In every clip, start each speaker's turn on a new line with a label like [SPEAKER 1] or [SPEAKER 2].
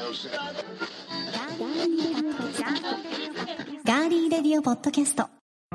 [SPEAKER 1] ガーリーレディオポッドキャスト。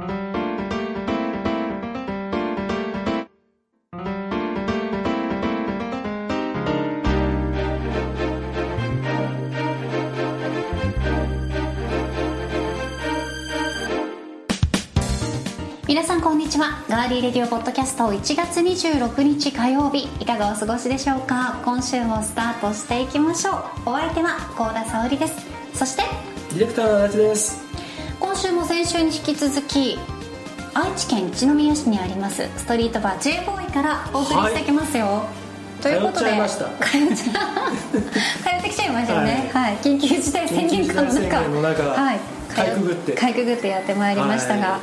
[SPEAKER 1] 皆さんこんにちは。ガーリーレディオポッドキャスト1月26日火曜日、いかがお過ごしでしょうか。今週もスタートしていきましょう。お相手は幸田沙織です。そして
[SPEAKER 2] ディレクターの足立です。
[SPEAKER 1] 今週も先週に引き続き愛知県一宮市にありますストリートバー J ボーイからお送りしていきますよ、はい、ということで通ってきちゃいましたよね、はい、緊急事態宣言下の中、はい、かいくぐってやってまいりましたが、はい、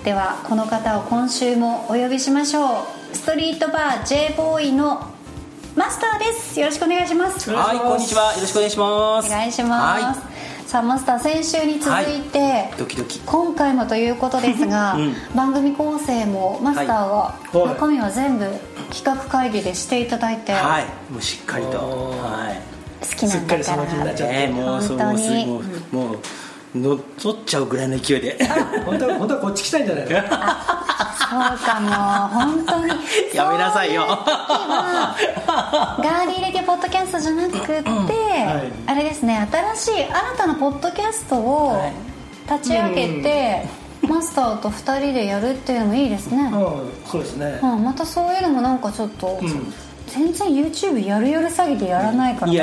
[SPEAKER 1] ではこの方を今週もお呼びしましょう。ストリートバー J ボーイのマスターです。よろしくお願いします。
[SPEAKER 3] はい、こんにちは。よろしくお願いします。
[SPEAKER 1] お願いします、はい。さあマスター、先週に続いて、はい、
[SPEAKER 3] ドキドキ
[SPEAKER 1] 今回もということですが、番組構成もマスターが、中身は全部企画会議でしていただいて、
[SPEAKER 3] はい、もうしっかりと、はい、
[SPEAKER 1] 好きなんだから
[SPEAKER 2] すっかりその気になっちゃって、
[SPEAKER 3] もう
[SPEAKER 1] 本当に
[SPEAKER 3] もう乗っ取っちゃうぐらいの勢いで
[SPEAKER 2] 本当はこっち来たいんじゃないの
[SPEAKER 1] そうかも、本当に
[SPEAKER 3] やめなさいよ。
[SPEAKER 1] ガーリーレディオポッドキャストじゃなくて、あれですね、新たなポッドキャストを立ち上げて、マスターと2人でやるっていうのもいいですね。
[SPEAKER 2] そうですね、
[SPEAKER 1] またそういうのもなんかちょっと、全然 YouTube やる詐欺でやらないから。
[SPEAKER 3] いや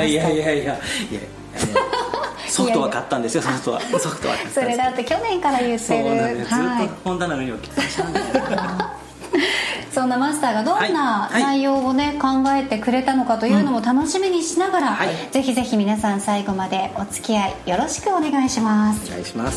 [SPEAKER 3] ソフトは買ったんですよ。ソフトは買ったんです。
[SPEAKER 1] それだって去年から言ってる。
[SPEAKER 3] そうなんです、ずっと本棚の上に置きしたんだよ
[SPEAKER 1] そんなマスターがどんな内容をね、考えてくれたのかというのも楽しみにしながら、ぜひぜひ皆さん最後までお付き合いよろしくお願いします。
[SPEAKER 3] お願いします。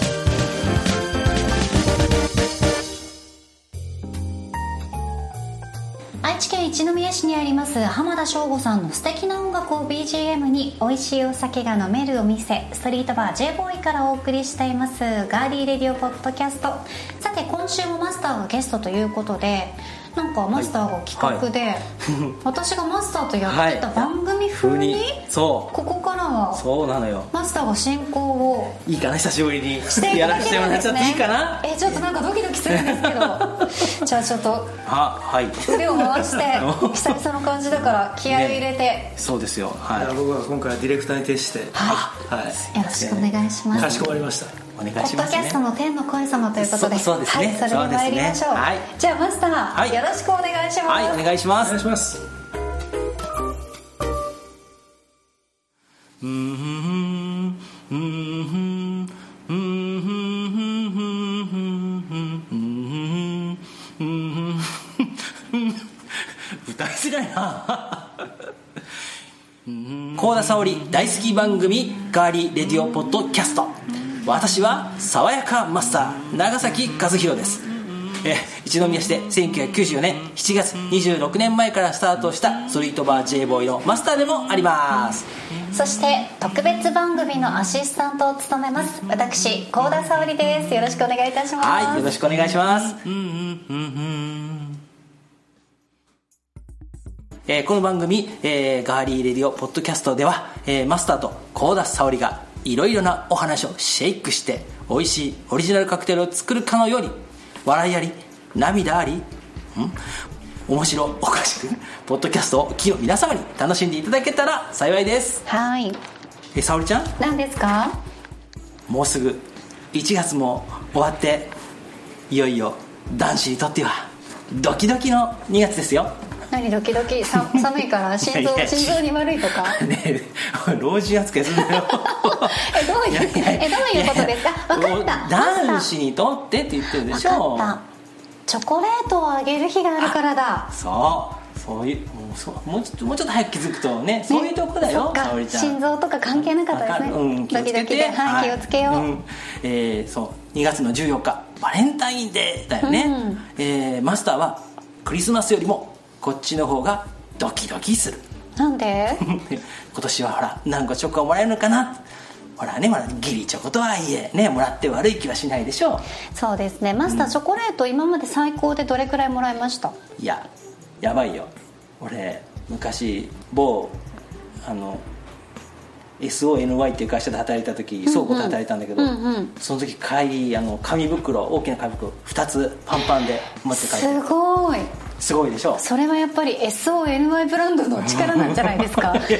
[SPEAKER 1] 愛知県一宮市にあります浜田省吾さんの素敵な音楽を BGM に美味しいお酒が飲めるお店、ストリートバー J ボーイからお送りしていますガーリーレディオポッドキャスト。さて今週もマスターがゲストということで、なんかマスターが企画で、私がマスターとやってた番組風に、
[SPEAKER 3] そう
[SPEAKER 1] ここからは
[SPEAKER 3] そうなのよ、
[SPEAKER 1] マスターが進行を
[SPEAKER 3] いいかな、久しぶりに
[SPEAKER 1] してい
[SPEAKER 3] や
[SPEAKER 1] ただけるんですね。
[SPEAKER 3] らせてもらっちゃっていいかな。
[SPEAKER 1] ちょっとなんかドキドキするんですけどじゃあちょっと腕を回して久々の感じだから気合い入れて、
[SPEAKER 3] そうですよ、はい、
[SPEAKER 2] 僕は今回はディレクターに徹して、よ
[SPEAKER 1] ろしくお願いします。
[SPEAKER 2] かしこまりました。
[SPEAKER 3] お願いしますね。
[SPEAKER 1] ポッドキャストの天の声様ということで、
[SPEAKER 3] そうですね、
[SPEAKER 1] それで参りましょう。じゃあマスター、よろしくお願いします。
[SPEAKER 3] はい、お願いします。
[SPEAKER 2] お願いします。
[SPEAKER 3] 歌いづらいな幸田沙織大好き番組ガーリーレディオポッドキャスト。私は爽やかマスター長崎和弘です。一宮市で1994年7月26年前からスタートしたストリートバー J ボーイのマスターでもあります。
[SPEAKER 1] そして特別番組のアシスタントを務めます私幸田沙織です。よろしくお願いいたします。
[SPEAKER 3] はい、よろしくお願いします。この番組、ガーリーレディオポッドキャストでは、マスターと幸田沙織がいろいろなお話をシェイクして美味しいオリジナルカクテルを作るかのように、笑いあり涙あり面白おかしくポッドキャストをお聞きの皆様に楽しんでいただけたら幸いです。
[SPEAKER 1] はい。
[SPEAKER 3] 沙織ちゃん、
[SPEAKER 1] 何ですか。
[SPEAKER 3] もうすぐ1月も終わって、いよいよ男子にとってはドキドキの2月ですよ。
[SPEAKER 1] 何ドキドキ、寒いから心臓に悪いとか
[SPEAKER 3] ねえ、老人扱いするんだよ
[SPEAKER 1] どういうことですか。分かった。
[SPEAKER 3] 男子にとってって言ってるでしょ。
[SPEAKER 1] 分かった。チョコレートをあげる日があるからだ。
[SPEAKER 3] そういうもうちょっと早く気づくとね、そういうとこだよ。
[SPEAKER 1] 沙織ちゃん、心臓とか関係なかったですね。ドキドキで、気をつけよう。
[SPEAKER 3] そう2月の14日バレンタインデーだよね。マスターはクリスマスよりもこっちの方がドキドキする。
[SPEAKER 1] なんで
[SPEAKER 3] 今年はほら何個チョコをもらえるのかな。ほらギリチョコとはいえね、もらって悪い気はしないでしょう。
[SPEAKER 1] そうですね。マスター、チョコレート今まで最高でどれくらいもらいました？
[SPEAKER 3] いや、やばいよ。俺昔某 SONY っていう会社で働いた時、倉庫で働いたんだけど、その時紙袋、大きな紙袋2つパンパンで持って帰って、すごいでしょ。
[SPEAKER 1] それはやっぱり SONY ブランドの力なんじゃないですか。なかなか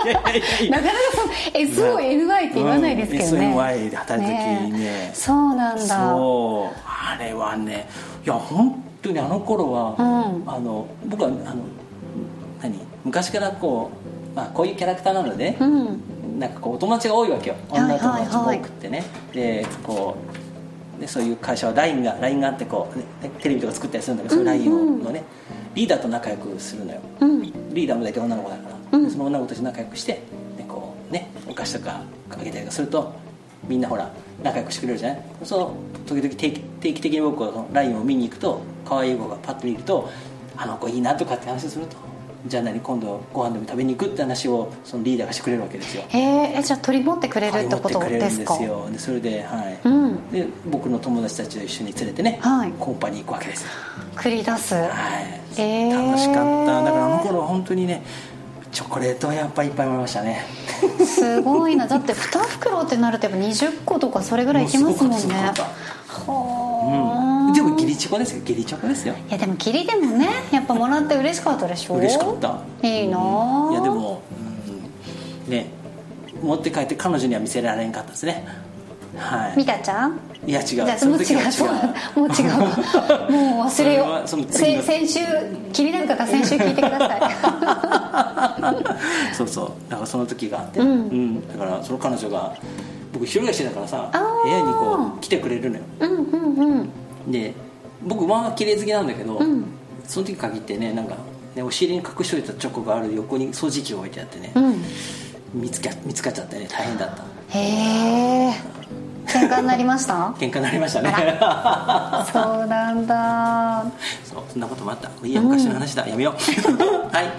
[SPEAKER 1] SONY って言わないですけどね。
[SPEAKER 3] SONY で働いた時ね。
[SPEAKER 1] そうなんだ。
[SPEAKER 3] そう、あれはね、いや本当にあの頃は、僕は昔からこういうキャラクターなので、なんかこうお友達が多いわけよ。女友達も多くってね、でこうでそういう会社は LINE があってこう、テレビとか作ったりするんだけど、その LINE のねリーダーと仲良くするのよ、リーダーも大体女の子だから、その女の子たちと仲良くして、でこうねお菓子とかあげたりとかすると、みんなほら仲良くしてくれるじゃない。そう時々定期的に僕は LINE を見に行くと、可愛い子がパッと見ると、あの子いいなとかって話をすると、じゃあ今度ご飯でも食べに行くって話をそのリーダーがしてくれるわけですよ。
[SPEAKER 1] じゃあ取り持ってくれるってことですか。
[SPEAKER 3] でそれで、で僕の友達たちと一緒に連れてね、コンパに行くわけです。
[SPEAKER 1] 繰り出す。
[SPEAKER 3] 楽しかった。だからあの頃は本当にね、チョコレートはやっぱりいっぱいもらいましたね。
[SPEAKER 1] すごいな。だって2袋ってなるとやっぱ20個とかそれぐらいいきますもんね。
[SPEAKER 3] でも義理チョコですよ、義理チョコですよ。
[SPEAKER 1] いやでも義理でもね、やっぱもらって嬉しかったでしょ。
[SPEAKER 3] 嬉しかった。
[SPEAKER 1] いいな。
[SPEAKER 3] いやでも、ね、持って帰って彼女には見せられんかったですね。
[SPEAKER 1] ミカちゃん。
[SPEAKER 3] いや違う、
[SPEAKER 1] もう違うもう忘れよう。先週気になる方は先週聞いてくださ
[SPEAKER 3] い。そうだからその時があって、だからその彼女が、僕一人暮らしだからさ、部屋にこう来てくれるのよ。で僕は綺麗好きなんだけど、その時限ってね、なんかね、お尻に隠しといたチョコがある横に掃除機を置いてあってね、見つかっちゃってね、大変だった。
[SPEAKER 1] へえ。喧嘩になりました？
[SPEAKER 3] 喧嘩になりましたね。
[SPEAKER 1] そうなんだ。
[SPEAKER 3] そんなこともあった。いいや、昔の話だ、やめよう。はい。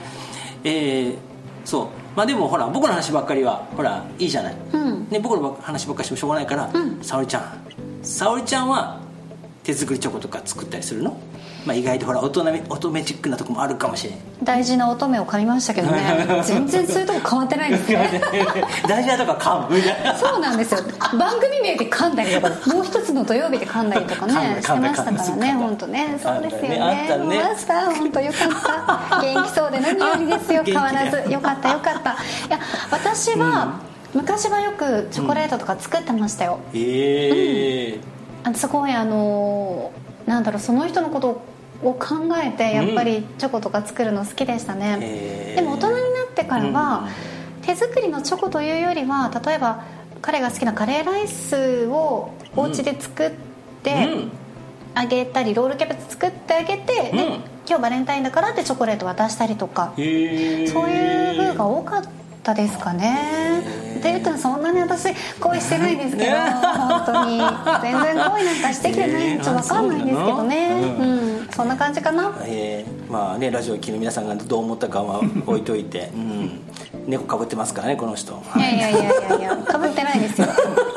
[SPEAKER 3] そう、まあでもほら、僕の話ばっかりはほらいいじゃない、ね、僕の話ばっかりしてもしょうがないから、沙織ちゃんは手作りチョコとか作ったりするの？まあ、意外とほら乙女チックなとこもあるかもしれない。
[SPEAKER 1] 大事な乙女を噛みましたけどね。全然そういうとこ変わってないですね。
[SPEAKER 3] 大事なとこ噛むみたいな。
[SPEAKER 1] そうなんですよ。番組名で噛んだりとか、もう一つの土曜日で噛んだりとかねしてましたからね。本当ね、そうですよね。あったね。ました本当よかった。元気そうで何よりですよ。変わらずよかった。いや私は、昔はよくチョコレートとか作ってましたよ。すごいなんだろう、その人のことを考えてやっぱりチョコとか作るの好きでしたね。でも大人になってからは、手作りのチョコというよりは、例えば彼が好きなカレーライスをお家で作ってあげたり、ロールキャベツ作ってあげて、で今日バレンタインだからってチョコレート渡したりとか、そういう風が多かったですかね。って言ったらそんなに私恋してないですけど、本当に全然恋なんかしてきてないんちょっと分かんないんですけどね。そんな感じかな。
[SPEAKER 3] まあね、ラジオを聴いて皆さんがどう思ったかは置いといて、猫かぶってますからね、この人。
[SPEAKER 1] いやかぶってないですよ。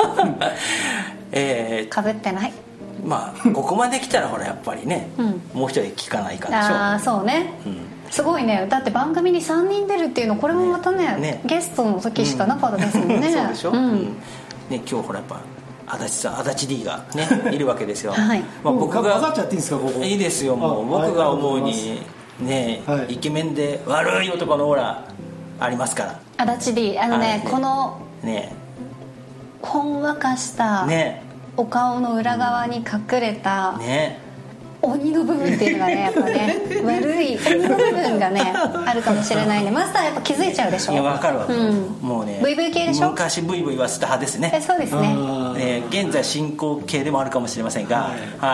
[SPEAKER 1] かぶってない。
[SPEAKER 3] まあここまで来たらほらやっぱりね、もう一人聞かないからでしょ。
[SPEAKER 1] ああそうね、すごいね。だって番組に3人出るっていうの、これもまたねゲストの時しかなかったですもんね。
[SPEAKER 3] そうでしょ。ね、今日ほらやっぱ足立 D がねいるわけですよ。
[SPEAKER 2] まあ僕が混ざっちゃっていいんですか、ここ。
[SPEAKER 3] いいですよ。もう僕が思うにね、イケメンで悪い男のオーラありますから。
[SPEAKER 1] 足立 D、この
[SPEAKER 3] ね
[SPEAKER 1] ほんわかしたお顔の裏側に隠れた鬼の部分っていうのがね、やっぱね悪い鬼の部分がねあるかもしれないんで、マスターやっぱ気づいちゃうでしょ。
[SPEAKER 3] いや分かるわ、もうね
[SPEAKER 1] VV 系でしょ。
[SPEAKER 3] 昔 VV はスターですね。
[SPEAKER 1] そうですね。
[SPEAKER 3] 現在進行形でもあるかもしれませんが、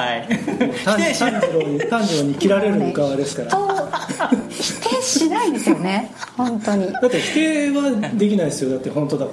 [SPEAKER 2] 炭治郎に切られる側ですから。
[SPEAKER 1] 否定しないですよね、本当に。
[SPEAKER 2] だって否定はできないですよ、だって本当だから。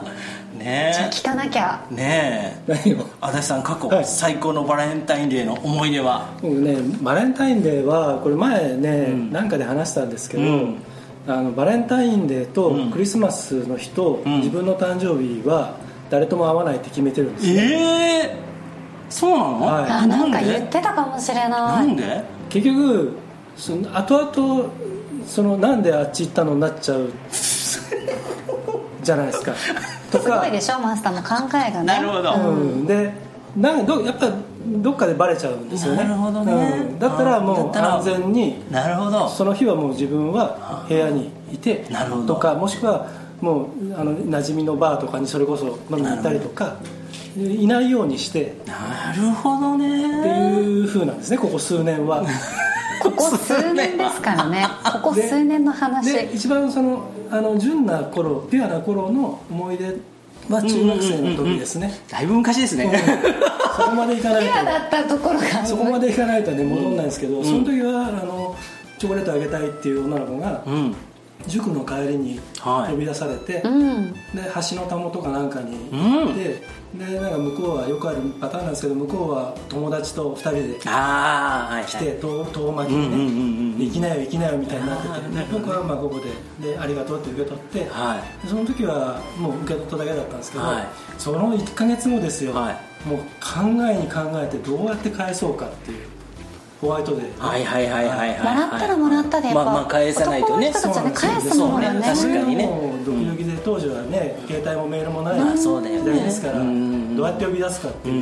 [SPEAKER 3] ね、
[SPEAKER 1] じゃあ聞かなきゃ
[SPEAKER 3] ね。
[SPEAKER 2] 何を
[SPEAKER 3] 足立さん、過去、最高のバレンタインデーの思い出は？
[SPEAKER 2] 僕ね、バレンタインデーはこれ前ね、なんかで話したんですけど、バレンタインデーとクリスマスの日と自分の誕生日は誰とも会わないって決めてるんですね。
[SPEAKER 3] そうなの？
[SPEAKER 1] なんか言ってたかもしれない。
[SPEAKER 3] なんで？
[SPEAKER 2] 結局後々なんであっち行ったのになっちゃうじゃないですかとか
[SPEAKER 1] すごいでしょマスターの考えがね。
[SPEAKER 3] なるほど、
[SPEAKER 2] でやっぱりどっかでバレちゃうんですよね。
[SPEAKER 3] なるほどね、
[SPEAKER 2] だったらもう安全に、
[SPEAKER 3] なるほど、
[SPEAKER 2] その日はもう自分は部屋にいてとか、もしくはもう馴染みのバーとかにそれこそ飲みに行ったりとかいないようにして、
[SPEAKER 3] なるほどね
[SPEAKER 2] っていう風なんですね、ここ数年は。
[SPEAKER 1] ここ数年ですからね。ここ数年の話
[SPEAKER 2] で一番純な頃、ピュアな頃の思い出は中学生の時ですね。
[SPEAKER 3] だいぶ昔ですね。
[SPEAKER 2] そこまでいかないと、
[SPEAKER 1] ピュアだったところが
[SPEAKER 2] そこまでいかないとね戻んないんですけど、その時はチョコレートあげたいっていう女の子が、塾の帰りに呼び出されて、で橋のたもとかなんかに行って、でなんか向こうはよくあるパターンなんですけど、向こうは友達と2人で来て、遠巻きにね、行きなよ行きなよみたいになってて、僕はまあここでありがとうって受け取って、その時はもう受け取っただけだったんですけど、その1ヶ月後ですよ、もう考えに考えてどうやって返そうかっていう。ホワイトデー、
[SPEAKER 1] もらったらもらったでやっぱ、
[SPEAKER 3] 返さないとね、
[SPEAKER 1] 男の人たちはね返すものだね。
[SPEAKER 3] 確かにね、
[SPEAKER 2] ドキドキで当時はね携帯もメールもない時代ですから、どうやって呼び出すかっていう、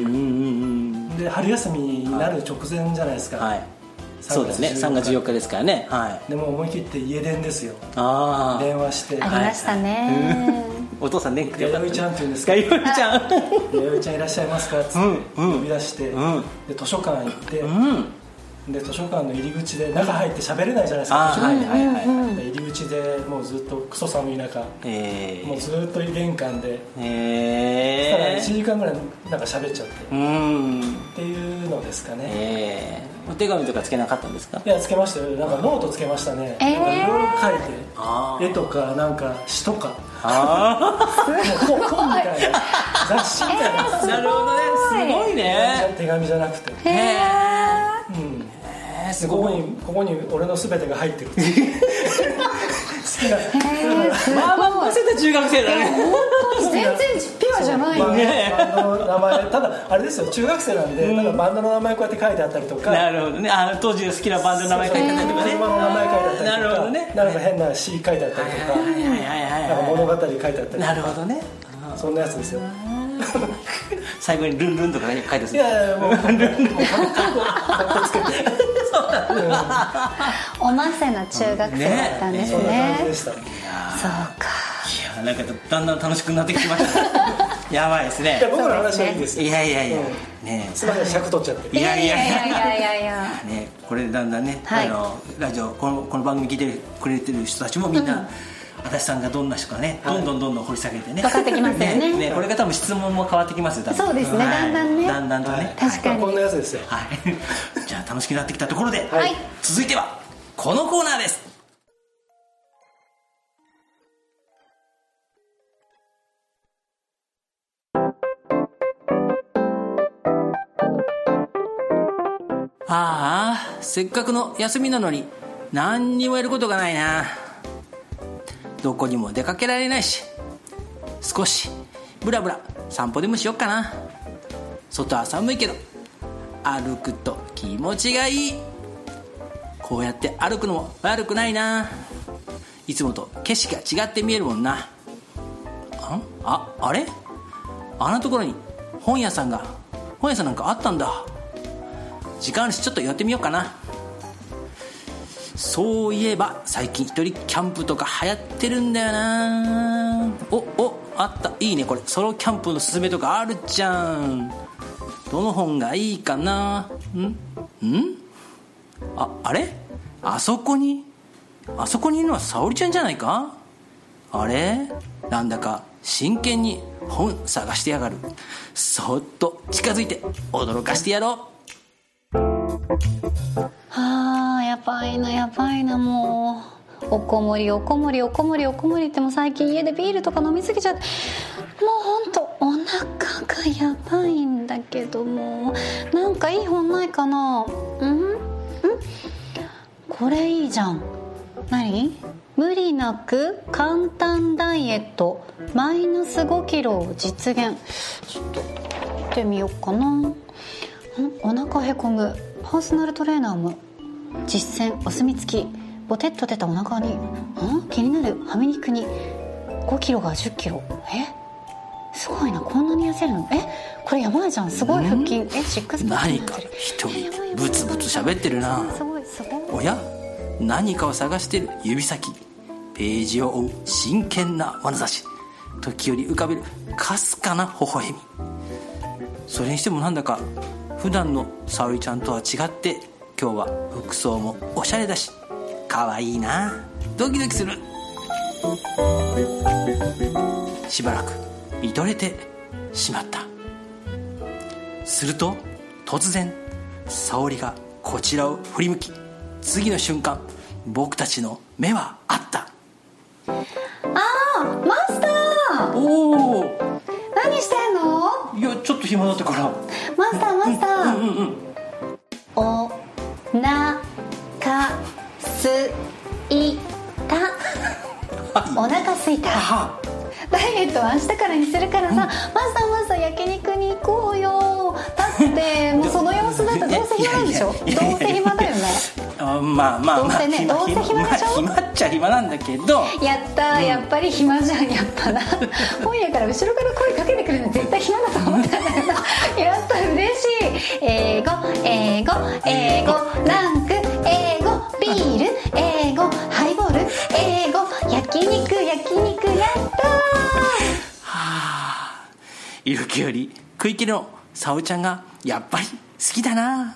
[SPEAKER 2] で春休みになる直前じゃないですか、
[SPEAKER 3] そうですね、3月14日ですからね、
[SPEAKER 2] でも思い切って家電ですよ、電話して
[SPEAKER 1] ありましたね。
[SPEAKER 3] お父さんね、
[SPEAKER 2] 弥生ちゃんっていうんですか、
[SPEAKER 3] 弥生ちゃん
[SPEAKER 2] 弥生ちゃんいらっしゃいますかって呼び出して、で図書館行って、で図書館の入り口で中入って喋れないじゃないですか、入り口でもうずっとクソ寒い中、もうずっと玄関で、そしたら1時間ぐらいなんか喋っちゃって、っていうのですかね。
[SPEAKER 3] お手紙とかつけなかったんですか？
[SPEAKER 2] いやつけましたよ、なんかノートつけましたね、なんかいろいろ書いて、絵とかなんか詩とか、本みたいな、雑誌みたいな、
[SPEAKER 3] なるほどね、すごいね、
[SPEAKER 2] 手紙じゃなくて、ここに俺の全てが入ってる。好きな、
[SPEAKER 3] まあまあせた中学生だね。
[SPEAKER 1] 全然ピュアじゃないよね。
[SPEAKER 2] バンドの名前、ただあれですよ、中学生なんで、ただバンドの名前こうやって書いてあったりとか、
[SPEAKER 3] なるほどね、当時好きなバンドの名前書いてあったりとかね、
[SPEAKER 2] 車の名前書いてあったりとか、
[SPEAKER 3] なるほどね、
[SPEAKER 2] なんか変な詩書いてあったりとか、なんか物語書いてあったりとか、
[SPEAKER 3] なるほどね、
[SPEAKER 2] そんなやつですよ。
[SPEAKER 3] 最後にルンルンとか書いてある。
[SPEAKER 2] いやもうルンルンもカッコつけて。
[SPEAKER 1] おませな中学生だったんですね。
[SPEAKER 2] そんな感じでした。
[SPEAKER 1] そうか。
[SPEAKER 3] いやなんかだんだん楽しくなってきました。やばいですね。
[SPEAKER 2] いや僕の話はいいですよ。
[SPEAKER 3] いやね、
[SPEAKER 2] すみません尺取っちゃって。
[SPEAKER 3] いや
[SPEAKER 1] ね、
[SPEAKER 3] これでだんだんね、ラジオこの番組聞いてくれてる人たちもみんな、足立さんがどんな人かね、どんどん掘り下げてね、
[SPEAKER 1] 分かってきますよね。
[SPEAKER 3] これが多分質問も変わってきますよ。
[SPEAKER 1] そうですね、だんだんね、
[SPEAKER 3] だんだんとね、
[SPEAKER 1] 確かに
[SPEAKER 2] こんなやつですよ。
[SPEAKER 3] じゃあ楽しくなってきたところで、
[SPEAKER 1] はい、
[SPEAKER 3] 続いてはこのコーナーです。せっかくの休みなのに何にもやることがないな。どこにも出かけられないし、少しブラブラ散歩でもしよっかな。外は寒いけど歩くと気持ちがいい。こうやって歩くのも悪くないな。いつもと景色が違って見えるもんな。あれ、あんなところに本屋さんなんかあったんだ。時間あるしちょっと寄ってみようかな。そういえば最近一人キャンプとか流行ってるんだよな。あった、いいね、これソロキャンプのすすめとかあるじゃん。どの本がいいかな。あれ、あそこにいるのは沙織ちゃんじゃないか。あれ、なんだか真剣に本探してやがる。そっと近づいて驚かしてやろう。
[SPEAKER 1] やばいな、もうおこもりっても最近家でビールとか飲みすぎちゃって、もうほんとお腹がやばいんだけど、もうなんかいい本ないかな。これいいじゃん。何？無理なく簡単ダイエットマイナス5キロを実現。ちょっと見てみようかな。お腹へこむパーソナルトレーナーも実践お墨付き。ボテッと出たお腹に気になるはみ肉に 5キロが10キロ。すごいな、こんなに痩せるの。これやばいじゃん、すごい腹筋。シックスパックになってる。
[SPEAKER 3] 何か一人ブツブツ喋ってるな。
[SPEAKER 1] すごいすごい。
[SPEAKER 3] おや、何かを探してる指先、ページを追う真剣な眼差し、時折浮かべるかすかな微笑み。それにしてもなんだか普段の沙織ちゃんとは違って、今日は服装もおしゃれだし可愛いな。ドキドキする。しばらく見とれてしまった。すると突然沙織がこちらを振り向き、次の瞬間僕たちの目は合った。
[SPEAKER 1] マスター。
[SPEAKER 3] おお、
[SPEAKER 1] 何してんの？
[SPEAKER 3] いやちょっと暇だったから。
[SPEAKER 1] マスター、おなかすいた。お腹すいた。ダイエットは明日からにするからさ、マスター焼肉に行こうよ。だってもうその様子だったらどうせ暇なんでしょ。どうせ暇だよね。
[SPEAKER 3] まあ
[SPEAKER 1] どうせね、どうせ暇でしょ。
[SPEAKER 3] 暇っちゃ暇なんだけど。
[SPEAKER 1] やった、やっぱり暇じゃん。やっぱな、本屋から後ろから声かけてくるの絶対暇だと思ったんだけど、やった、嬉しい。英語ランク、英語ビール、英語ハイボール、英語焼肉、やった
[SPEAKER 3] ー。ゆきより食い気の沙織ちゃんがやっぱり好きだな。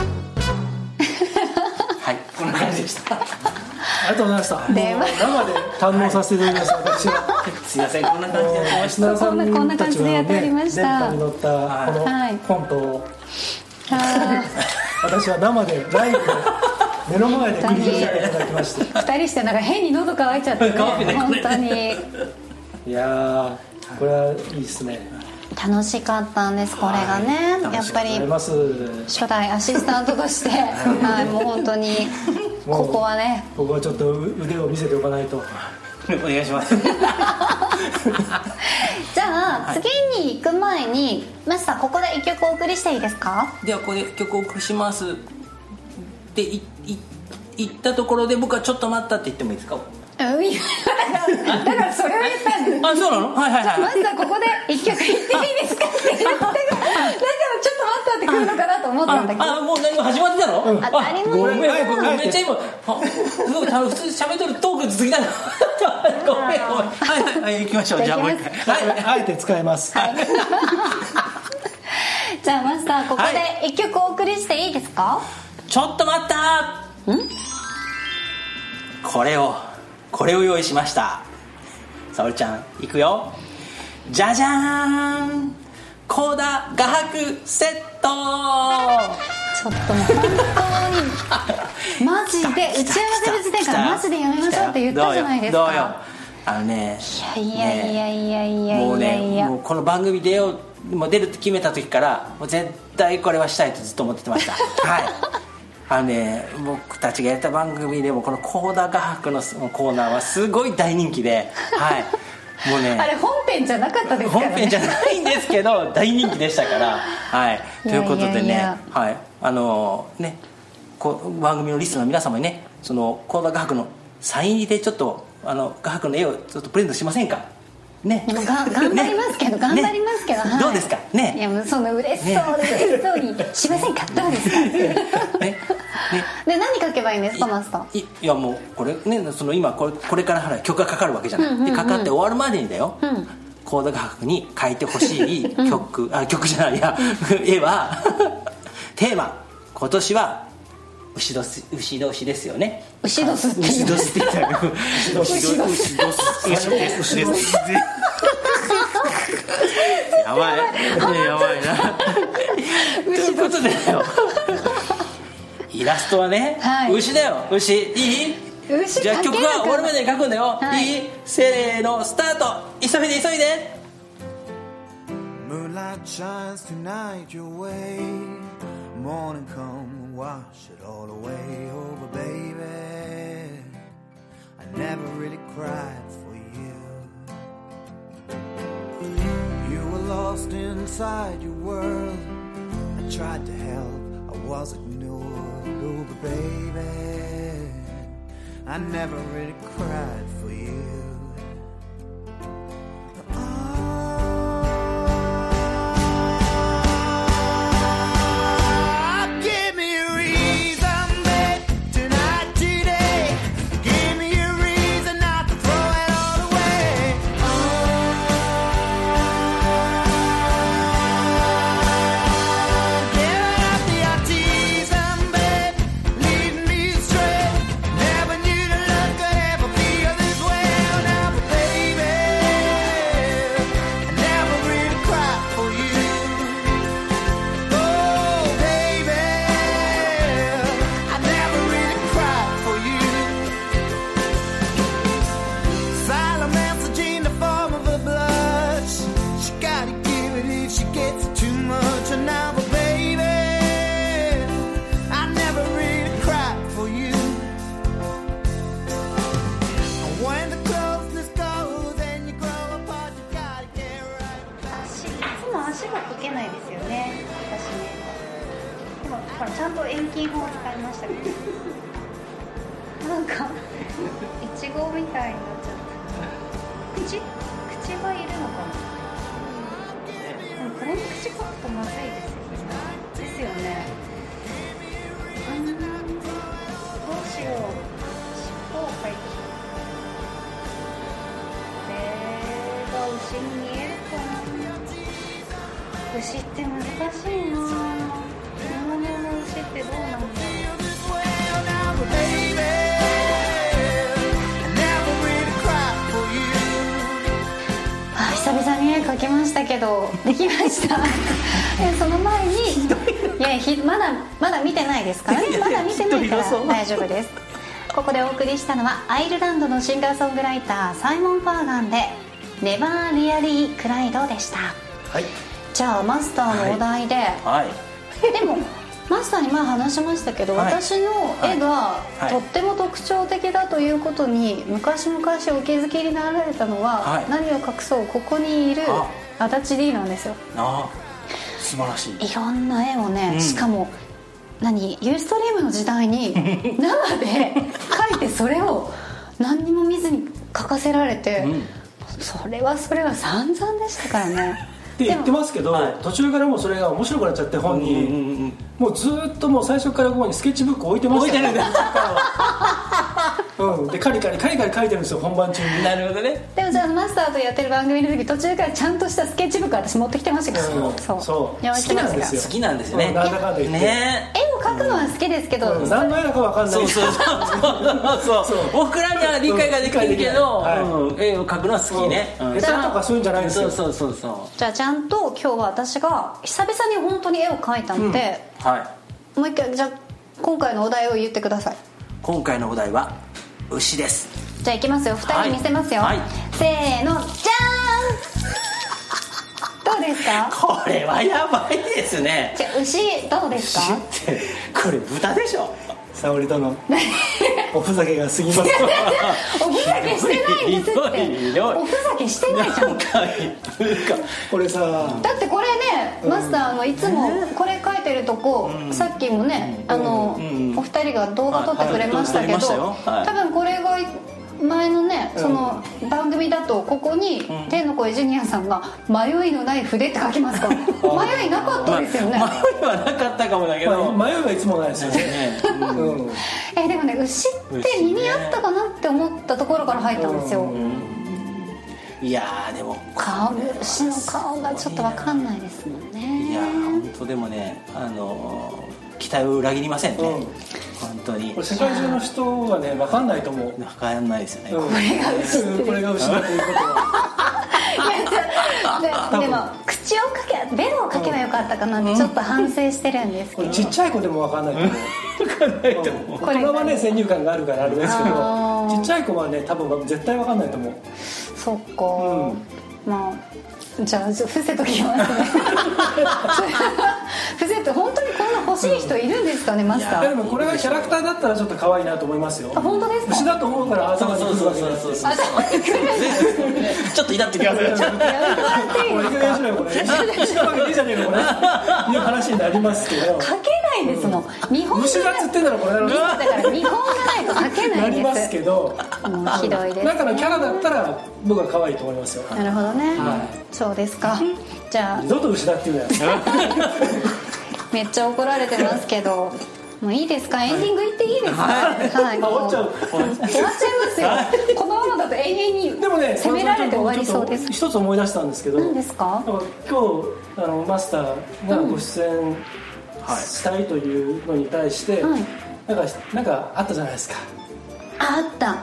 [SPEAKER 3] はい、こんな感じでした。
[SPEAKER 2] ありがとうございました。生で堪能させていただきました。私は
[SPEAKER 3] すいません、こんな感じでやってました。
[SPEAKER 1] こんな感じでやっておりました。
[SPEAKER 2] 電波に乗ったこのコントを、私は生でライブで目の前で繰り広げていただきまして、
[SPEAKER 1] 2人してなんか変に喉乾いちゃってね、本当に。
[SPEAKER 2] いやこれはいいですね。
[SPEAKER 1] 楽しかったんです、これがね。やっぱり初代アシスタントとして、もう本当にここはね、
[SPEAKER 2] ここはちょっと腕を見せておかないと。
[SPEAKER 3] お願いします。
[SPEAKER 1] じゃあ次に行く前に、マスターここで1曲お送りしていいですか？
[SPEAKER 3] ではここで曲をお送りしますって言ったところで、僕はちょっと待ったって言ってもいいですか？だから
[SPEAKER 1] それを言ったんです。
[SPEAKER 3] あ、そうなの？はい。
[SPEAKER 1] マスターここで1曲言っていいですかって言ったから、だからちょっと待ったって来るのかなと思ったんだけど。
[SPEAKER 3] もう何も始まってたの？
[SPEAKER 1] 当たり前。
[SPEAKER 3] ごめん、めっちゃ今すごい普通喋っとるトーク続きだな。ごめん。はい、行きましょう。じゃあもう一回。
[SPEAKER 2] あえて使います。
[SPEAKER 1] じゃあマスターここで1曲お送りしていいですか？
[SPEAKER 3] ちょっと待った。これを用意しました。沙織ちゃんいくよ。じゃじゃーん、コーダ画伯セット。
[SPEAKER 1] ちょっともう本当にマジで打ち合わせる時点からマジでやめましょうって言ったじゃないですか。
[SPEAKER 3] どうよ。ね、
[SPEAKER 1] いや
[SPEAKER 3] もうね、もうこの番組出るって決めた時からもう絶対これはしたいとずっと思ってました。はい。僕たちがやった番組でもこのコーダ画伯のコーナーはすごい大人気で、はい、もうね、
[SPEAKER 1] あれ本編じゃなかったですからね。
[SPEAKER 3] 本編じゃないんですけど大人気でしたから、はい、ということでね、はい、番組のリストの皆様にね、そのコーダ画伯のサイン入りでちょっと画伯の絵をちょっとプレゼントしませんかね。
[SPEAKER 1] でも頑張りますけど、はい、
[SPEAKER 3] どうですかね。
[SPEAKER 1] いやもうその嬉しそうにしませんか？どうですか？で何書けばいいんですか、マスター？い
[SPEAKER 3] やもうこれね、その今これから曲がかかるわけじゃない。でかかって終わるまでにだよ。コーダ画伯に書いてほしい曲じゃないや絵はテーマ、今年は牛年ですよね。
[SPEAKER 1] 牛年って言ったら
[SPEAKER 3] 牛年やばいな。ということでよ、イラストはね、牛だよ。牛いい？じゃあ曲が終わるまでに書くんだよ。いい？せーのスタート。急いで
[SPEAKER 4] Moonlight shines tonight your way. Morning come, wash it all away. Over, baby, I never really cried for you. You were lost inside your world. I tried to help, I was ignored. Over, baby, I never really cried for you.
[SPEAKER 1] 口が書けないですよね、私ね。でもほらちゃんと遠近法を使いましたけど、なんかいちごみたいになっちゃった。口がいるのかな。でもこれに口書くとまずいですよね。どうしよう。尻尾を書いてこれが牛に見えるかな。牛って難しいな。本物の牛ってどうなんだろう。久々に書きましたけどできましたその前にいやまだ見てないですからね。まだ見てないから大丈夫です。ここでお送りしたのはアイルランドのシンガーソングライターサイモン・ファーガンでネバーリアリー・クライドでした。
[SPEAKER 3] はい、
[SPEAKER 1] じゃあマスターのお題で、でもマスターに前話しましたけど、私の絵がとっても特徴的だということに昔々お気づきになられたのは、何を隠そうここにいる足立 D なんですよ。
[SPEAKER 3] 素晴らしい。
[SPEAKER 1] いろんな絵をね、しかもユーストリームの時代に生で描いてそれを何にも見ずに描かせられて、それは散々でしたからね
[SPEAKER 2] って言ってますけど、途中からもうそれが面白くなっちゃって本に、もうずっともう最初からここにスケッチブック置いてましたね。でカリカリ書いてるんですよ本番中に。
[SPEAKER 3] なるほどね。
[SPEAKER 1] でもじゃあマスターとやってる番組の時途中からちゃんとしたスケッチブック私持ってきてましたけど、
[SPEAKER 2] そう好きなんですよ。
[SPEAKER 3] 好きなんですよね。
[SPEAKER 2] なんだかんだ言って
[SPEAKER 3] ね。
[SPEAKER 1] 絵を描くのは好きですけど、
[SPEAKER 2] 何の絵だか分かんない。
[SPEAKER 3] そう僕らには理解ができるけど、絵を描くのは好きね。
[SPEAKER 2] 下手とかそういうんじゃないんですよ。
[SPEAKER 3] そう
[SPEAKER 1] じゃあちゃんと今日は私が久々に本当に絵を描いたので、もう一回じゃあ今回のお題を言ってください。
[SPEAKER 3] 今回のお題は牛です。
[SPEAKER 1] じゃあいきますよ。2人見せますよ、せーの、じゃーんどうですか。
[SPEAKER 3] これはやばいですね。
[SPEAKER 1] じゃあ牛どうですか。
[SPEAKER 3] 牛ってこれ豚でしょ。
[SPEAKER 2] 沙織殿おふざけが過ぎます。
[SPEAKER 1] おふざけしてないんですっておふざけしてないじゃん
[SPEAKER 2] これさ、
[SPEAKER 1] だってこれね、マスターいつもこれ書いてるとこ、さっきもねお二人が動画撮ってくれましたけど、多分これが前のねその番組だとここに天の声ジュニアさんが迷いのない筆って書きますか。迷いなかったですよね。
[SPEAKER 3] 迷いはなかったかもだけど、
[SPEAKER 2] 迷いはいつもないですよね。
[SPEAKER 1] でもね、牛って身にあったかなって思ったところから入ったんですよ。
[SPEAKER 3] いやでも
[SPEAKER 1] 牛の顔がちょっと分かんないですもんね。
[SPEAKER 3] いや本当でもね期待を裏切りませんね、本当に。
[SPEAKER 2] これ世界中の人はね分かんないと思う。
[SPEAKER 3] 分かんないですよね、
[SPEAKER 2] これが牛だということは。
[SPEAKER 1] でも口をかけベロをかけばよかったかなってちょっと反省してるんですけど、
[SPEAKER 2] ちっちゃい子でも分かんないと思う。分かんないと思う。大人はね先入観があるからあれですけど、ちっちゃい子はね多分絶対分かんないと思う。
[SPEAKER 1] そっか、まあじゃあ伏せときますね。伏せって本当にこんな欲しい人いるんですかね、マスター。
[SPEAKER 2] でもこれがキャラクターだったらちょっと可愛いなと思いますよ。
[SPEAKER 1] 本当ですか。
[SPEAKER 2] 牛だと思うから頭にくるわけです。
[SPEAKER 3] ちょっとイラってきますね。
[SPEAKER 1] やめてもらっていいですか。
[SPEAKER 2] これ牛なわけねえじゃねえのこれいう話になりますけど、
[SPEAKER 1] 書けないですの。日本
[SPEAKER 2] 牛だっつってんだろこれ。
[SPEAKER 1] だから日本がないと書けないです。
[SPEAKER 2] なりますけど、
[SPEAKER 1] ひどいです。
[SPEAKER 2] だからキャラだったら僕は可愛いと思いますよ。
[SPEAKER 1] なるほどね。そうですか。じゃあ
[SPEAKER 2] 二度と牛だって言うなよ。
[SPEAKER 1] めっちゃ怒られてますけど、もういいですか。エンディングいっていいですか。はい。
[SPEAKER 2] 終わっちゃう。
[SPEAKER 1] 終わっちゃいますよ。このままだと永遠に責められて終わりそうです。
[SPEAKER 2] 一つ思い出したんですけど。
[SPEAKER 1] 何ですか。
[SPEAKER 2] 今日マスターがご出演したいというのに対して、なんかあったじゃないですか。あった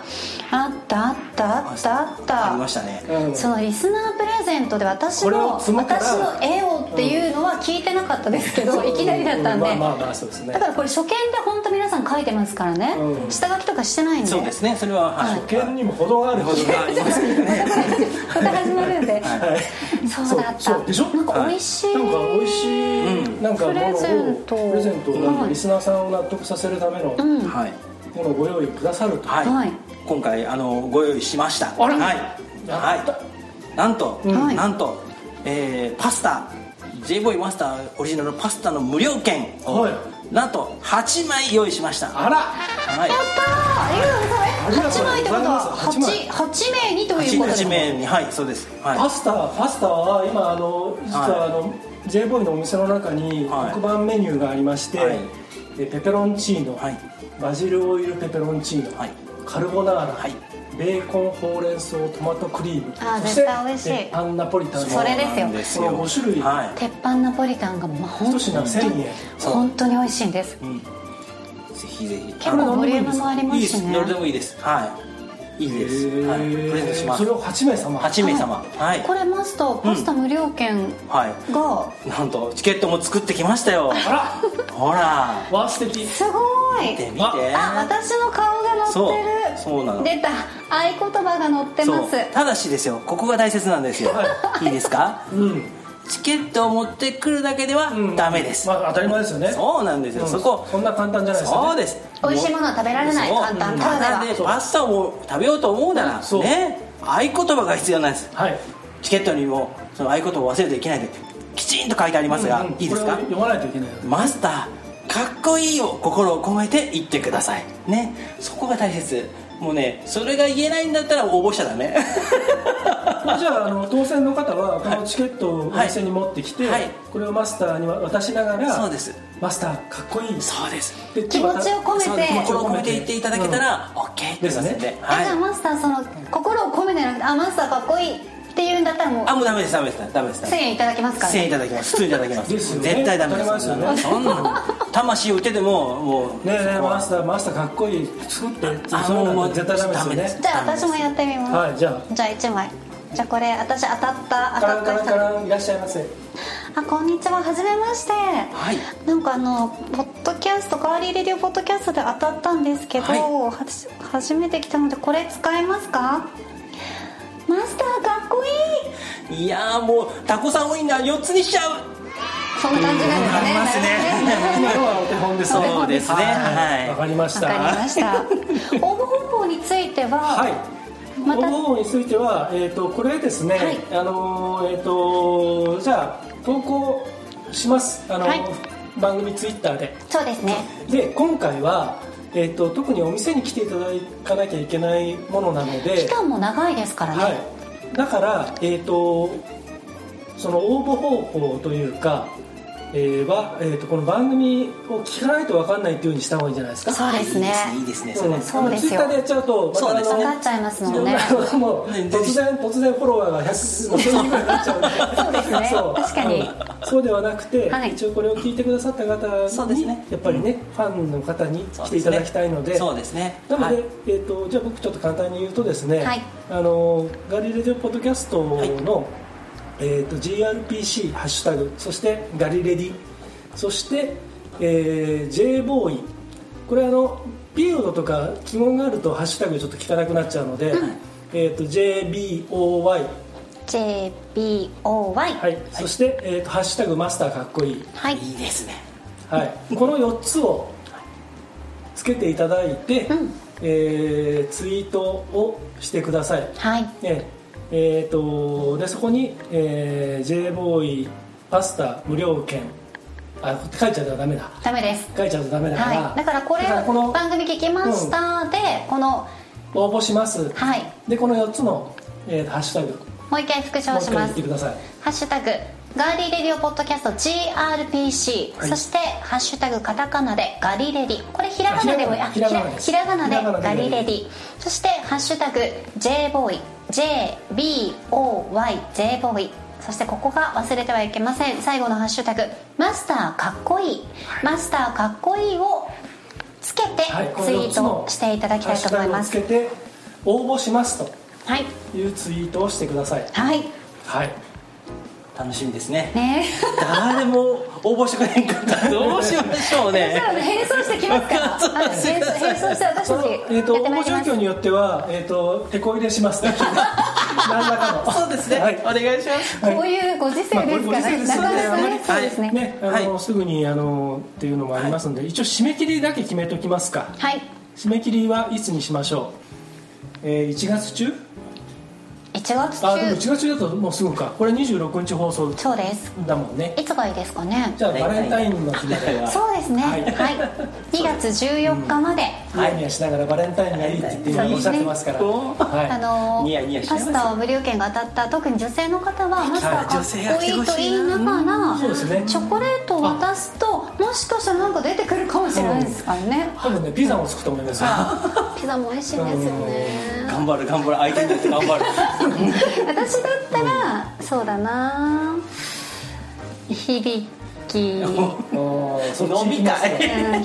[SPEAKER 3] ありましたね。
[SPEAKER 1] そのリスナープレゼントで私の絵をっていうのは聞いてなかったですけど、いきなりだったんで、
[SPEAKER 2] そうですね。
[SPEAKER 1] だからこれ初見で本当皆さん書いてますからね、下書きとかしてないんで。
[SPEAKER 3] そうですね、それは
[SPEAKER 2] 初見にも程がある。程がありますけどね。
[SPEAKER 1] また始まるんで。そうだった。
[SPEAKER 2] でしょ。
[SPEAKER 1] なんか美味しい
[SPEAKER 2] なんか
[SPEAKER 1] プレゼント
[SPEAKER 2] をリスナーさんを納得させるためのものをご用意くださると。
[SPEAKER 3] 今回ご用意しました。なんとパスタ J ボーイマスターオリジナルパスタの無料券を、
[SPEAKER 2] はい、
[SPEAKER 3] なんと8枚用意しました。
[SPEAKER 2] あら、
[SPEAKER 3] はい、
[SPEAKER 1] やったー、ありがとうございます。8枚ってことは8名にということですか。
[SPEAKER 3] 8名に、はい、そうです、はい、
[SPEAKER 2] パスタは今実はJ ボーイのお店の中に黒板メニューがありまして、はい、ペペロンチーノ、はい、バジルオイルペペロンチーノ、はい、カルボナーラ、はい、ベーコンほうれん草トマトクリーム、そして鉄板ナポリタン、
[SPEAKER 1] それですよ、
[SPEAKER 2] この5種類、
[SPEAKER 1] はい、鉄板ナポリタンが
[SPEAKER 2] 1品1000円、
[SPEAKER 1] 本当に美味しいんです、うん、
[SPEAKER 3] ぜひぜひ。
[SPEAKER 1] 結構ボリュームもありますしね。
[SPEAKER 3] どれでもいいです、はい、いいです、はい、プレゼントします。
[SPEAKER 2] それを8名様、
[SPEAKER 3] 8名様、はい、
[SPEAKER 1] これマスターパスタ無料券が、はい、
[SPEAKER 3] なんとチケットも作ってきましたよ。あらほら、
[SPEAKER 2] わ、素敵、
[SPEAKER 1] すごい、
[SPEAKER 3] 見て見て、
[SPEAKER 1] 私の顔が載ってる。
[SPEAKER 3] そうなの、
[SPEAKER 1] 出た、合言葉が載ってます。
[SPEAKER 3] ただしですよ、ここが大切なんですよ、いいですか、うん、チケットを持ってくるだけではダメです、
[SPEAKER 2] まあ、当たり前ですよね。
[SPEAKER 3] そうなんですよ、
[SPEAKER 2] そんな簡単じゃないですよね。
[SPEAKER 3] そうです、
[SPEAKER 1] 美味しいものは食べられない、簡単ただでは。
[SPEAKER 3] パスタを食べようと思うなら、ね、合言葉が必要なんです、はい、チケットにもその合言葉を忘れてはいけないときちんと書いてありますが、いいですか、
[SPEAKER 2] これを読まないといけない。
[SPEAKER 3] マスターかっこいいを心を込めて言ってくださいね、そこが大切。もうね、それが言えないんだったら応募しちゃダメ。
[SPEAKER 2] じゃあ当選の方はこのチケットをお店に持ってきて、はいはい、これをマスターに渡しながら、
[SPEAKER 3] そうです、
[SPEAKER 2] マスターかっこいい、
[SPEAKER 3] そうです、
[SPEAKER 1] 気持ちを込めて、
[SPEAKER 3] 心を込めて言っていただけたら OK ですね。
[SPEAKER 1] はい、じゃあマスターその心を込めてなくて、マスターかっこいいっていうんだったらもう
[SPEAKER 3] ダメです、1000
[SPEAKER 1] 円いただきますからね。
[SPEAKER 3] 1000円いただきます、普通にいただきます
[SPEAKER 2] ですよね、
[SPEAKER 3] 絶対ダメです、
[SPEAKER 2] よね、
[SPEAKER 3] そんな魂を売ってでもう
[SPEAKER 2] ねえマスターかっこいい作って、そういうの絶対ダメですよね。
[SPEAKER 1] じゃあ私もやってみます。
[SPEAKER 2] はい、じゃあ
[SPEAKER 1] 1枚、じゃあこれ私当たった
[SPEAKER 2] カランいらっしゃいませ。
[SPEAKER 1] こんにちは、はじめまして、はい、なんかポッドキャスト、ガーリーレディオポッドキャストで当たったんですけど、はい、初めて来たのでこれ使えますか？マスターかっこいい。
[SPEAKER 3] いやもうタコさんウインナー4つにしちゃう、
[SPEAKER 1] そんな感じなんですね。
[SPEAKER 3] ありますね。
[SPEAKER 2] 今のはお手本ですね。
[SPEAKER 3] そうですね、はい、
[SPEAKER 2] わかりました。
[SPEAKER 1] 応募方法については、はい、
[SPEAKER 2] 応募方法については、これですね、はい、じゃあ投稿します、はい、番組ツイッターで。
[SPEAKER 1] そうですね。
[SPEAKER 2] で今回は特にお店に来ていただかなきゃいけないものなので、
[SPEAKER 1] 期間も長いですからね、
[SPEAKER 2] はい、だから、その応募方法というか、この番組を聞かないと分かんないっていう風にした方がいいんじゃないですか。
[SPEAKER 1] そうですね、
[SPEAKER 3] いいですね、
[SPEAKER 1] そうですよ。
[SPEAKER 2] ツイッターでやっちゃうとまた
[SPEAKER 1] 分かっちゃいますもんね。
[SPEAKER 2] もう突然フォロワーが1000人ぐらいになっちゃうんで。
[SPEAKER 1] そうですね、確かに、
[SPEAKER 2] そうではなくて、
[SPEAKER 1] はい、
[SPEAKER 2] 一応これを聞いてくださった方に、ね、やっぱりね、ファンの方に来ていただきたいので、
[SPEAKER 3] そうですね。
[SPEAKER 2] なので、じゃあ僕ちょっと簡単に言うとですね、はい、ガリレディオポッドキャストの、はい、GRPC ハッシュタグ、そしてガリレディ、そして、J ボーイ、これピリオドとか記号があるとハッシュタグちょっと聞かなくなっちゃうので、JBOY、はい、そして、ハッシュタグマスターかっこいい、
[SPEAKER 1] はい、
[SPEAKER 3] いいですね、
[SPEAKER 2] はい、この4つをつけていただいて、ツイートをしてください。はい、でそこに、J ボーイパスタ無料券、書いちゃうとダメだ。ダメです。書いちゃうとダメだから。
[SPEAKER 1] はい、だからこれを番組聞きましたで、この
[SPEAKER 2] 応募します。はい。でこの4つの、ハッシュタグ。
[SPEAKER 1] もう一回復唱します。
[SPEAKER 2] 言ってください。
[SPEAKER 1] ハッシュタグガーリーレディオポッドキャスト GRPC、はい、そしてハッシュタグカタカナでガリレディ、これひらがなでもひらがなでガリレディ、そしてハッシュタグ J ボーイ JBOY J ボーイ、そしてここが忘れてはいけません。最後のハッシュタグマスターかっこいい、マスターかっこいいをつけてツイートしていただきたいと思います。
[SPEAKER 2] つけて応募しますというツイートをしてください。
[SPEAKER 1] はい、
[SPEAKER 2] はい、
[SPEAKER 3] 楽しみですね。誰も応募してくれへんかったらどうしましょうね。
[SPEAKER 1] 変装してきますから。変装して私たち
[SPEAKER 2] 応募状況によっては手こ入れしますね。何らかの。
[SPEAKER 3] そうですね。はい、お願いします。
[SPEAKER 1] こういうご時世ですからね。なかなかね、そうですね。
[SPEAKER 2] ね、すぐにっていうのもありますので、一応締め切りだけ決めときますか。はい。締め切りはいつにしましょう。1月中？1
[SPEAKER 1] 1月中。
[SPEAKER 2] でも1月中だともうすぐか。これ26日放送
[SPEAKER 1] そうです
[SPEAKER 2] だもんね。
[SPEAKER 1] いつがいいですかね。
[SPEAKER 2] じゃあバレンタインの日までは
[SPEAKER 1] そうですね、はい、2月14日まで、
[SPEAKER 2] ニヤニヤしながらバレンタインがいいって言って今おっしゃってますから、
[SPEAKER 3] ニヤニヤし
[SPEAKER 1] マスター無料券が当たった特に女性の方はマスターかっこいいと言いながら
[SPEAKER 2] そうですね、
[SPEAKER 1] チョコレートを渡すともしかしたらなんか出てくるかもしれないですからね。
[SPEAKER 2] 多分ねピザもつくと思いますよ。
[SPEAKER 1] ピザも美味しいんですよね。
[SPEAKER 3] 頑張る相手によって頑張る
[SPEAKER 1] 私だったら、そうだな、響き
[SPEAKER 3] 飲みたい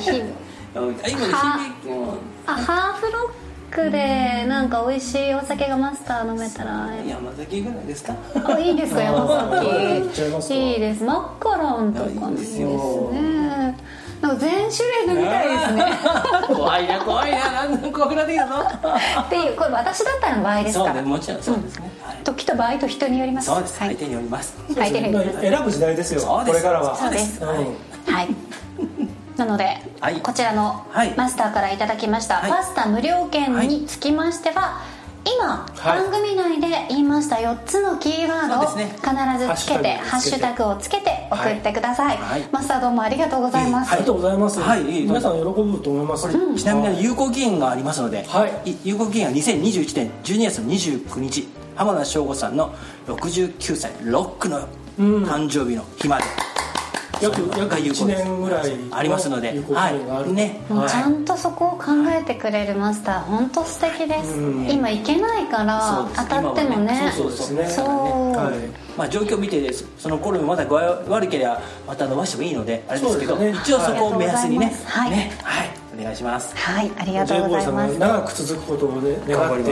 [SPEAKER 1] ハーフロックでなんか美味しいお酒がマスター飲めたら
[SPEAKER 3] 山崎ぐらいですか。
[SPEAKER 1] いいですか山
[SPEAKER 2] 崎
[SPEAKER 1] いいです。マカロンとかいいですね。なんか全種類飲みたいですね。
[SPEAKER 3] 怖いな何で怖くなってきたぞ
[SPEAKER 1] っていう、これ私だったらの場合ですから。
[SPEAKER 3] そうね、もちろんそうですね、
[SPEAKER 1] 時と場合と人によります。
[SPEAKER 3] そうです、相手によります。
[SPEAKER 1] 相手によります。
[SPEAKER 2] 選ぶ時代ですよ、これからは。
[SPEAKER 1] そうです、はいなので、こちらのマスターからいただきましたパスタ無料券につきましては、今番組内で言いました4つのキーワードを必ずつけてハッシュタグをつけて送ってください。マスターどうもありがとうございます。
[SPEAKER 2] ありがとうございます。皆さん喜ぶと思います。
[SPEAKER 3] ちなみに有効期限がありますので、有効期限は2021年12月の29日浜田省吾さんの69歳ロックの誕生日の日まで
[SPEAKER 2] 約1年ぐらい
[SPEAKER 3] ありますので、
[SPEAKER 1] ちゃんとそこを考えてくれるマスター本当素敵です。今行けないから当たってもね、
[SPEAKER 2] そうですね、
[SPEAKER 3] 状況を見てその頃もまだ具合悪ければまた伸ばしてもいいのであれですけど、一応そこを目安にね、お願いします。
[SPEAKER 1] はいありがとうございます。
[SPEAKER 2] 長く続くことをね願って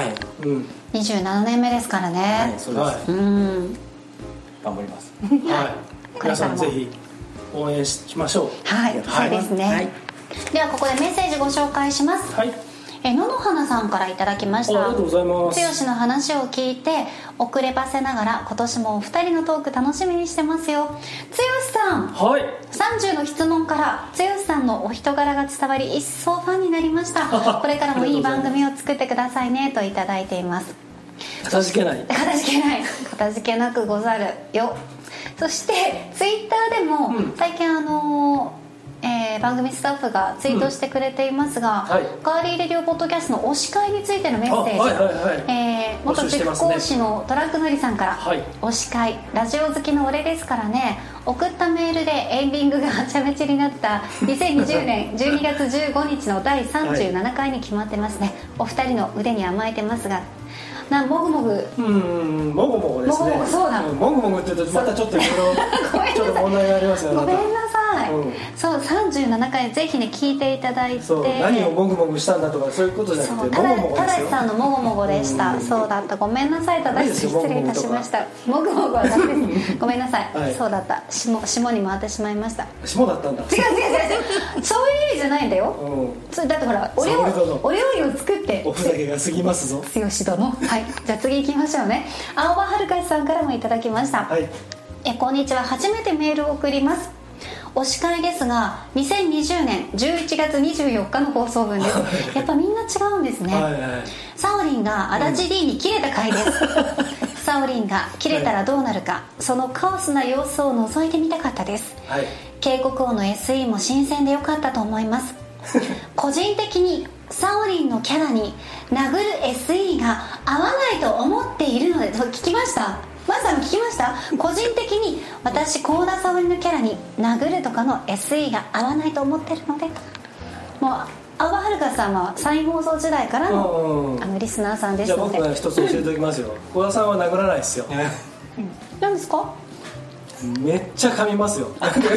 [SPEAKER 1] 27年目ですからね。
[SPEAKER 3] そうです。頑張ります。
[SPEAKER 2] 皆さんぜひ応援しましょう。
[SPEAKER 1] そうですね。ではここでメッセージご紹介します。野々花さんからいただきました。
[SPEAKER 2] ありがとうございます。
[SPEAKER 1] 剛の話を聞いて遅ればせながら今年もお二人のトーク楽しみにしてますよ。剛さん、30の質問から剛さんのお人柄が伝わり一層ファンになりました。これからもいい番組を作ってくださいねといただいています。
[SPEAKER 2] かたじけ
[SPEAKER 1] なくござるよ。そしてツイッターでも最近番組スタッフがツイートしてくれていますが、ガーリーレディオポッドキャストの推し会についてのメッセージ、元塾講師のトラックのりさんから、推し会ラジオ好きの俺ですからね、送ったメールでエンディングがはちゃめちゃになった2020年12月15日の第37回に決まってますね。お二人の腕に甘えてますがもぐもぐですね。
[SPEAKER 2] もぐもぐって言うとまたちょっといろいろ問題がありますよね。
[SPEAKER 1] ごめんなさい。そう37回ぜひね聞いていただいて、
[SPEAKER 2] 何をもぐもぐしたんだとかそういうことじゃなくて、
[SPEAKER 1] ただしさんのもごもごでした。そうだった、ごめんなさい。ただし失礼いたしました。もぐもぐはダメです。ごめんなさい。そうだった、下に回ってしまいました。
[SPEAKER 2] 下だったんだ。違う
[SPEAKER 1] そういう意味じゃないんだよ。だってほらお料理を作って
[SPEAKER 2] おふざけが過ぎますぞ
[SPEAKER 1] 剛殿。じゃあ次行きましょうね。青葉はるかさんからもいただきました。こんにちは、初めてメールを送ります。推し会ですが2020年11月24日の放送分です。やっぱみんな違うんですね。サオリンが足立 D に切れた回ですサオリンが切れたらどうなるか、そのカオスな様子を覗いてみたかったです。警告音の SE も新鮮でよかったと思います個人的にサオリンのキャラに殴る SE が合わないと思っているので、聞きました？マスターも聞きました？個人的に私幸田沙織のキャラに殴るとかの SE が合わないと思ってるので、もう青葉はるかさんは再放送時代からのリスナーさんですので。
[SPEAKER 2] じゃあ僕が一つ教えておきますよ。幸田さんは殴らないですよ。
[SPEAKER 1] 何ですか？
[SPEAKER 2] めっちゃ噛みますよ
[SPEAKER 1] 噛み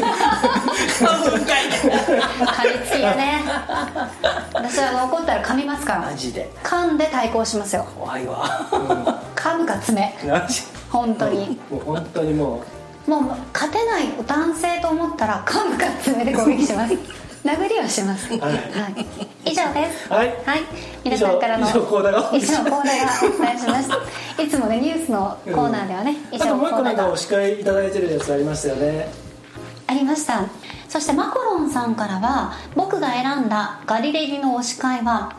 [SPEAKER 1] つきがね私は怒ったら噛みますから。
[SPEAKER 3] マジで
[SPEAKER 1] 噛んで対抗しますよ。
[SPEAKER 3] 怖いわ
[SPEAKER 1] 噛むか爪本当に
[SPEAKER 2] 本当にも
[SPEAKER 1] う勝てない男性と思ったら噛むか爪で攻撃します殴りはします。以上です。皆さんからの以上コーナーがお伝えしました。いつもねニュースのコーナーではね、以上コーナーが。あともう一個なんかお司会いただいてるやつありましたよね。ありました。そしてマコロンさんからは、僕が選んだガリレディの推し会は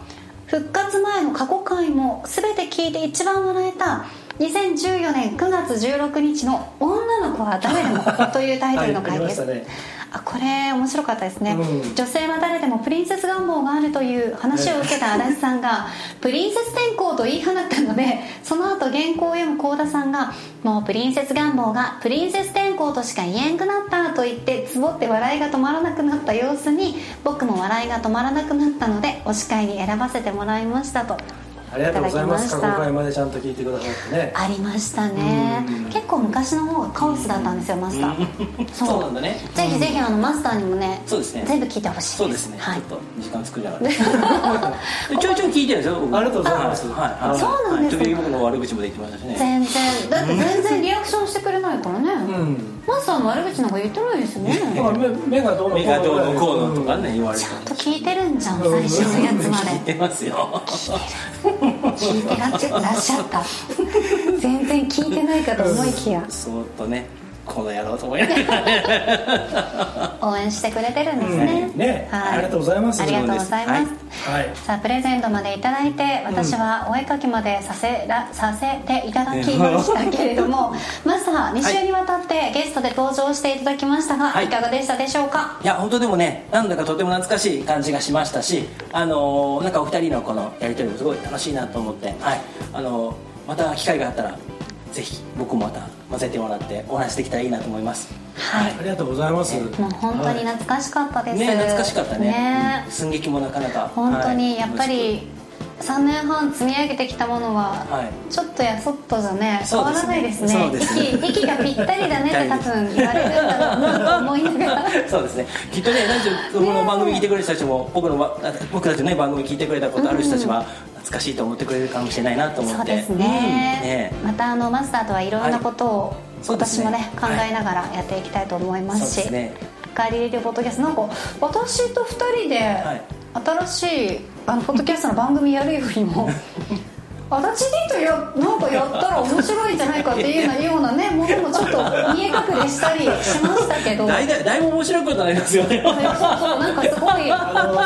[SPEAKER 1] 復活前の過去回も全て聞いて一番笑えた2014年9月16日の女の子は誰でもというタイトルの回です、はい、これ面白かったですね、女性は誰でもプリンセス願望があるという話を受けた足立さんがプリンセス転校と言い放ったので、その後原稿を読む幸田さんがもうプリンセス願望がプリンセス転校としか言えんくなったと言ってつぼって笑いが止まらなくなった様子に僕も笑いが止まらなくなったのでお司会に選ばせてもらいましたと。
[SPEAKER 2] ありがとうございます。過去回までちゃんと聞いてくださってね。
[SPEAKER 1] ありましたね。結構昔の方がカオスだったんですよ、マスター。
[SPEAKER 3] そうなんだね。
[SPEAKER 1] ぜひぜひマスターにもね、
[SPEAKER 3] そうですね、
[SPEAKER 1] 全部聞いてほしい。
[SPEAKER 3] そうですね、はい、ちょっと時間作りながらちょいちょい聞いてるんですよ僕。
[SPEAKER 2] ありがとうございます。
[SPEAKER 1] はい、そうなんですね。
[SPEAKER 3] 時々僕の悪口もできてましたしね。
[SPEAKER 1] 全然だって全然リアクションしてくれないからね。マスターの悪口なんか言ってないですよね。
[SPEAKER 2] 目がどうの
[SPEAKER 3] こうのとかね言われて。
[SPEAKER 1] ちゃんと聞いてるんじゃん、最初のやつまで。
[SPEAKER 3] 聞いてますよ。
[SPEAKER 1] 聞いてらっしゃった。全然聞いてないかと思いきや、
[SPEAKER 3] そーっとね、この野郎と思いなが
[SPEAKER 1] ら応援してくれてるんですね。
[SPEAKER 2] はい、ありがとうございます。
[SPEAKER 1] ありがとうございます。さあプレゼントまでいただいて、私はお絵かきまでさせていただきましたけれども、まずは2週にわたってゲストで登場していただきましたが、いかがでしたでしょうか。
[SPEAKER 3] いや本当でもね、なんだかとても懐かしい感じがしましたし、なんかお二人のこのやり取りもすごい楽しいなと思って、はい、また機会があったらぜひ僕もまた混ぜてもらってお話できたらいいなと思います。
[SPEAKER 1] はい、
[SPEAKER 2] ありがとうございます。
[SPEAKER 1] もう本当に懐かしかったです
[SPEAKER 3] ね。懐かしかったね。寸劇もなかなか
[SPEAKER 1] 本当にやっぱり3年半積み上げてきたものはちょっとやそっとじゃね変わらないですね。息がぴったりだねって多分言われるんだろうなと思いながら
[SPEAKER 3] そうですね、きっとね、ラジオの番組聞いてくれる人たちも僕たちのね番組聞いてくれたことある人たちは懐かしいと思ってくれるかもしれないなと思って。
[SPEAKER 1] そうですね、またマスターとはいろんなことを今年もね考えながらやっていきたいと思いますし、ガーリーレディオポッドキャストなんか私と2人で新しいポッドキャストの番組やるよりも足立 D となんかやったら面白いんじゃないかっていうようなねものもちょっと見え隠れしたりしましたけど、
[SPEAKER 3] だいぶ面白いことになりますよね。
[SPEAKER 1] そうなんかすごい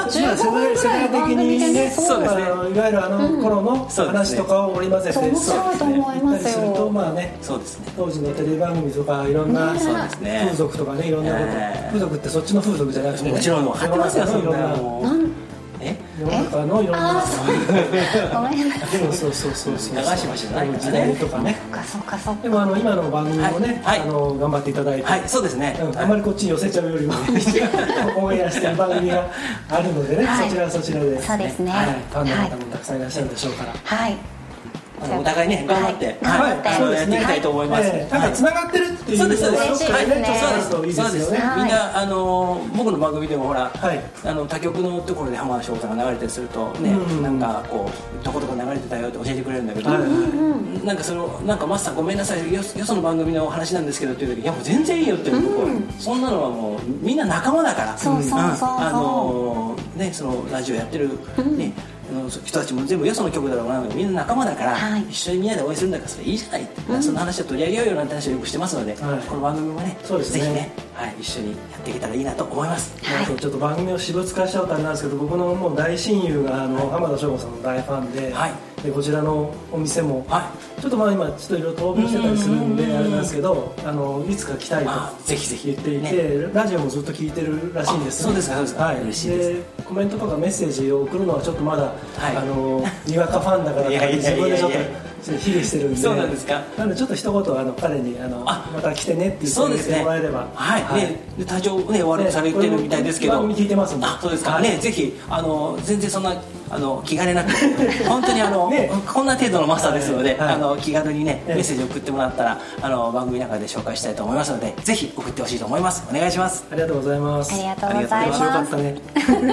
[SPEAKER 1] 15分ぐらい番組でね、
[SPEAKER 2] そうですね、いわゆる頃の話とかを織り交ぜて、
[SPEAKER 1] 面白いと思いますよ。
[SPEAKER 3] そうですね、
[SPEAKER 2] 当時のテレビ番組とかいろんな風俗とかね、いろんなこと、風俗ってそっちの風俗じゃなくて、
[SPEAKER 3] もちろん分かってますよ、そんな
[SPEAKER 2] 世の中のいろんな
[SPEAKER 1] ごめんなさい。
[SPEAKER 2] そう
[SPEAKER 3] 流しましたね。
[SPEAKER 2] 時代とかね。
[SPEAKER 1] そうか。
[SPEAKER 2] でも今の番組もね、頑張っていただいて、
[SPEAKER 3] そうですね。
[SPEAKER 2] あまりこっちに寄せちゃうよりもオンエアしてる番組があるのでね、そちらはそちらで、
[SPEAKER 1] そうですね。
[SPEAKER 2] ファンの方もたくさんいらっしゃるでしょうから。
[SPEAKER 1] はい。
[SPEAKER 3] お互いね頑張ってやっていきたいと思います。
[SPEAKER 2] なんかつながってるっていうのが
[SPEAKER 1] 嬉しいですね。
[SPEAKER 3] そうですね。みんな僕の番組でもほら他局のところで浜田省吾さんが流れたりするとね、なんかこうどこどこ流れてたよって教えてくれるんだけど、なんかなんかマスターごめんなさい、よその番組の話なんですけどっていう時、いやもう全然いいよって僕は、そんなのはもうみんな仲間だから、
[SPEAKER 1] そう
[SPEAKER 3] ね、そのラジオやってるね人たちも全部よその曲だろうな、みんな仲間だから、一緒にみんなで応援するんだからそれいいじゃないって、その話を取り上げようよなんて話をよくしてますので、この番組もねぜひね、一緒にやっていけたらいいなと思います。
[SPEAKER 2] ちょっと番組を私物化しちゃうとあれなんですけど、僕のもう大親友が浜田省吾さんの大ファンで、こちらのお店もちょっと今ちょっといろいろ闘病してたりするんであれなんですけど、いつか来たいと
[SPEAKER 3] ぜひぜひ
[SPEAKER 2] 言っていて、ラジオもずっと聞いてるらしいんです。
[SPEAKER 3] そうですか、そうですか。嬉しいです。
[SPEAKER 2] コメントとかメッセージを送るのはちょっとまだにわかファンだから自分でちょっと卑下してるんで、
[SPEAKER 3] そうなんですか。
[SPEAKER 2] なのでちょっと一言彼にまた来てねって言ってもらえれば、
[SPEAKER 3] 体調ね悪くされてるみたいですけど、
[SPEAKER 2] 番組聞いてますんで、
[SPEAKER 3] そうですかね、ぜひ全然そんな気兼ねなく本当にこんな程度のマスターですので、気軽にねメッセージを送ってもらったら番組の中で紹介したいと思いますので、ぜひ送ってほしいと思います。お願いします。
[SPEAKER 2] ありがとうございます。
[SPEAKER 1] ありがとうございます。
[SPEAKER 2] よかったね。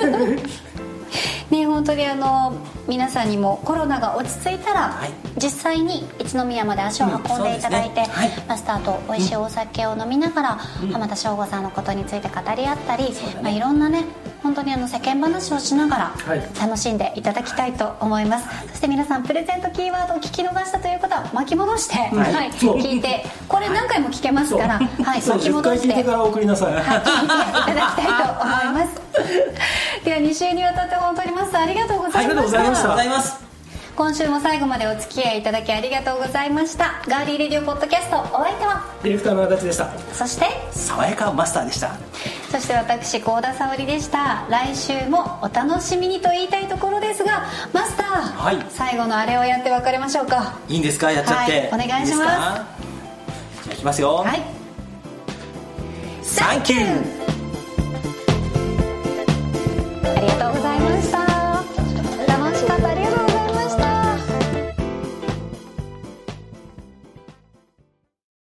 [SPEAKER 1] ね、本当に皆さんにもコロナが落ち着いたら、実際に一宮まで足を運んでいただいて、マスターと美味しいお酒を飲みながら、浜田省吾さんのことについて語り合ったり、いろんなね本当に世間話をしながら楽しんでいただきたいと思います。そして皆さんプレゼントキーワードを聞き逃したという方は巻き戻して、聞いて、これ何回も聞けますから、巻き戻して
[SPEAKER 2] 10回聞いてから送りなさい。
[SPEAKER 1] 聞いていただきたいと思います。 では2週にわたって本当にマスターありがとうございました。
[SPEAKER 2] ありがとうございました。
[SPEAKER 3] ありがとうございます。
[SPEAKER 1] 今週も最後までお付き合いいただきありがとうございました。ガーリーレディオポッドキャスト、お相手は
[SPEAKER 2] ディレクターの足立でした。
[SPEAKER 1] そして
[SPEAKER 3] 爽やかマスターでした。
[SPEAKER 1] そして私幸田沙織でした。来週もお楽しみにと言いたいところですが、マスター、
[SPEAKER 3] はい、
[SPEAKER 1] 最後のあれをやって別れましょうか。
[SPEAKER 3] いいんですか、やっちゃって、
[SPEAKER 1] はい、お願いします。
[SPEAKER 3] じゃあいきますよ。
[SPEAKER 1] はい、
[SPEAKER 3] サンキュー。
[SPEAKER 1] ありがとうございます。